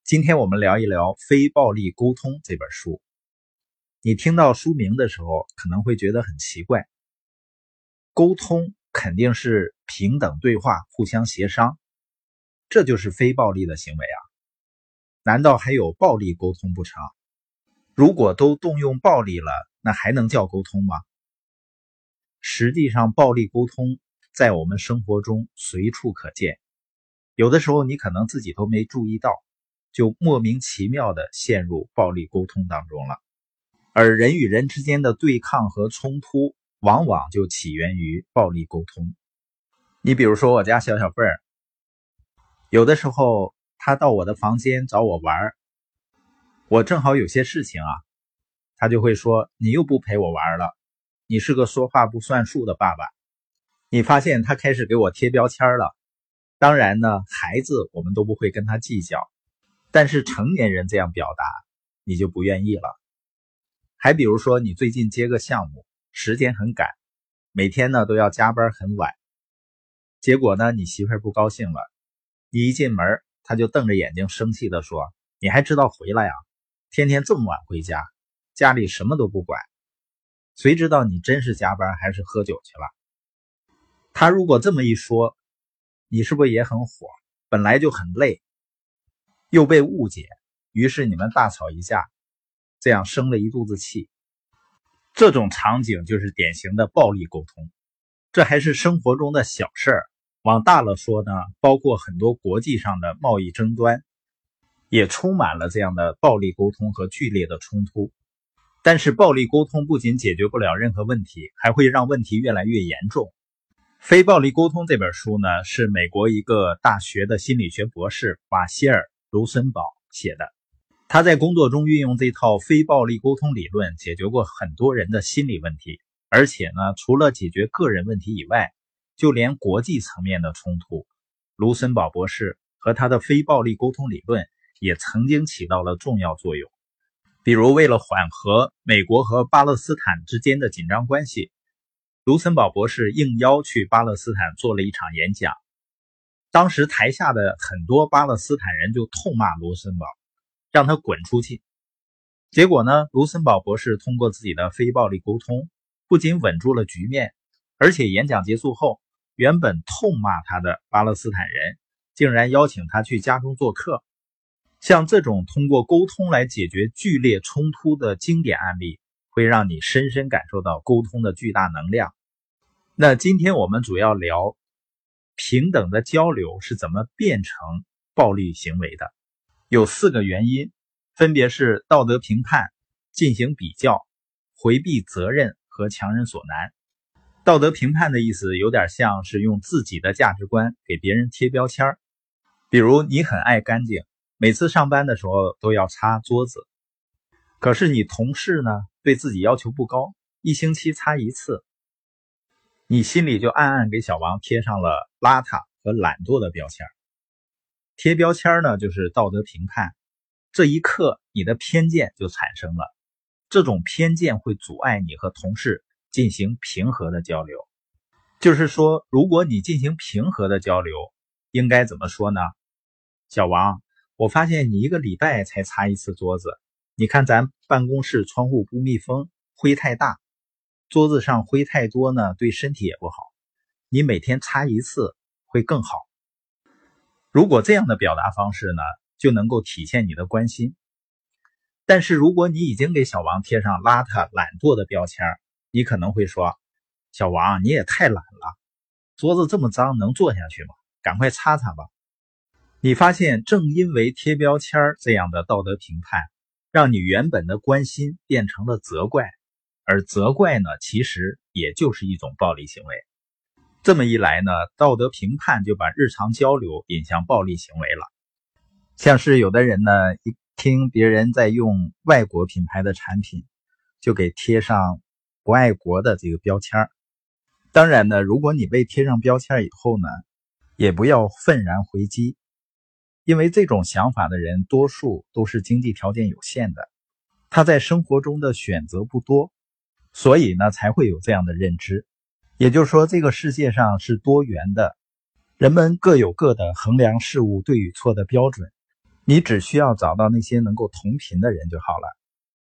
今天我们聊一聊《非暴力沟通》这本书。你听到书名的时候可能会觉得很奇怪，沟通肯定是平等对话，互相协商，这就是非暴力的行为啊。难道还有暴力沟通不成？如果都动用暴力了，那还能叫沟通吗？实际上，暴力沟通在我们生活中随处可见，有的时候你可能自己都没注意到，就莫名其妙地陷入暴力沟通当中了。而人与人之间的对抗和冲突，往往就起源于暴力沟通。你比如说我家小贝儿，有的时候他到我的房间找我玩，我正好有些事情啊，他就会说：“你又不陪我玩了，你是个说话不算数的爸爸。”你发现他开始给我贴标签了。当然呢，孩子我们都不会跟他计较，但是成年人这样表达，你就不愿意了。还比如说，你最近接个项目，时间很赶，每天呢都要加班很晚，结果呢你媳妇儿不高兴了，你一进门他就瞪着眼睛生气地说：“你还知道回来啊？天天这么晚回家，家里什么都不管，谁知道你真是加班还是喝酒去了？”他如果这么一说，你是不是也很火？本来就很累，又被误解，于是你们大吵一架，这样生了一肚子气。这种场景就是典型的暴力沟通。这还是生活中的小事儿，往大了说呢，包括很多国际上的贸易争端，也充满了这样的暴力沟通和剧烈的冲突。但是暴力沟通不仅解决不了任何问题，还会让问题越来越严重。《非暴力沟通》这本书呢，是美国一个大学的心理学博士马歇尔·卢森堡写的。他在工作中运用这套非暴力沟通理论，解决过很多人的心理问题，而且呢，除了解决个人问题以外，就连国际层面的冲突，卢森堡博士和他的非暴力沟通理论也曾经起到了重要作用。比如为了缓和美国和巴勒斯坦之间的紧张关系，卢森堡博士应邀去巴勒斯坦做了一场演讲。当时台下的很多巴勒斯坦人就痛骂卢森堡，让他滚出去。结果呢，卢森堡博士通过自己的非暴力沟通，不仅稳住了局面，而且演讲结束后，原本痛骂他的巴勒斯坦人竟然邀请他去家中做客。像这种通过沟通来解决剧烈冲突的经典案例，会让你深深感受到沟通的巨大能量。那今天我们主要聊平等的交流是怎么变成暴力行为的。有4个原因，分别是道德评判、进行比较、回避责任和强人所难。道德评判的意思有点像是用自己的价值观给别人贴标签，比如你很爱干净，每次上班的时候都要擦桌子，可是你同事呢对自己要求不高，1星期擦1次，你心里就暗暗给小王贴上了邋遢和懒惰的标签。贴标签呢就是道德评判，这一刻你的偏见就产生了，这种偏见会阻碍你和同事进行平和的交流。就是说，如果你进行平和的交流，应该怎么说呢？小王，我发现你1个礼拜才擦1次桌子，你看咱办公室窗户不密封，灰太大，桌子上灰太多呢，对身体也不好，你每天擦1次会更好。如果这样的表达方式呢，就能够体现你的关心。但是如果你已经给小王贴上邋遢、懒惰的标签，你可能会说：“小王，你也太懒了，桌子这么脏能坐下去吗？赶快擦擦吧。”你发现正因为贴标签这样的道德评判，让你原本的关心变成了责怪，而责怪呢，其实也就是一种暴力行为。这么一来呢，道德评判就把日常交流引向暴力行为了。像是有的人呢，一听别人在用外国品牌的产品，就给贴上不爱国的这个标签。当然呢，如果你被贴上标签以后呢，也不要愤然回击，因为这种想法的人多数都是经济条件有限的，他在生活中的选择不多，所以呢才会有这样的认知。也就是说，这个世界上是多元的，人们各有各的衡量事物对与错的标准。 你只需要找到那些能够同频的人就好了。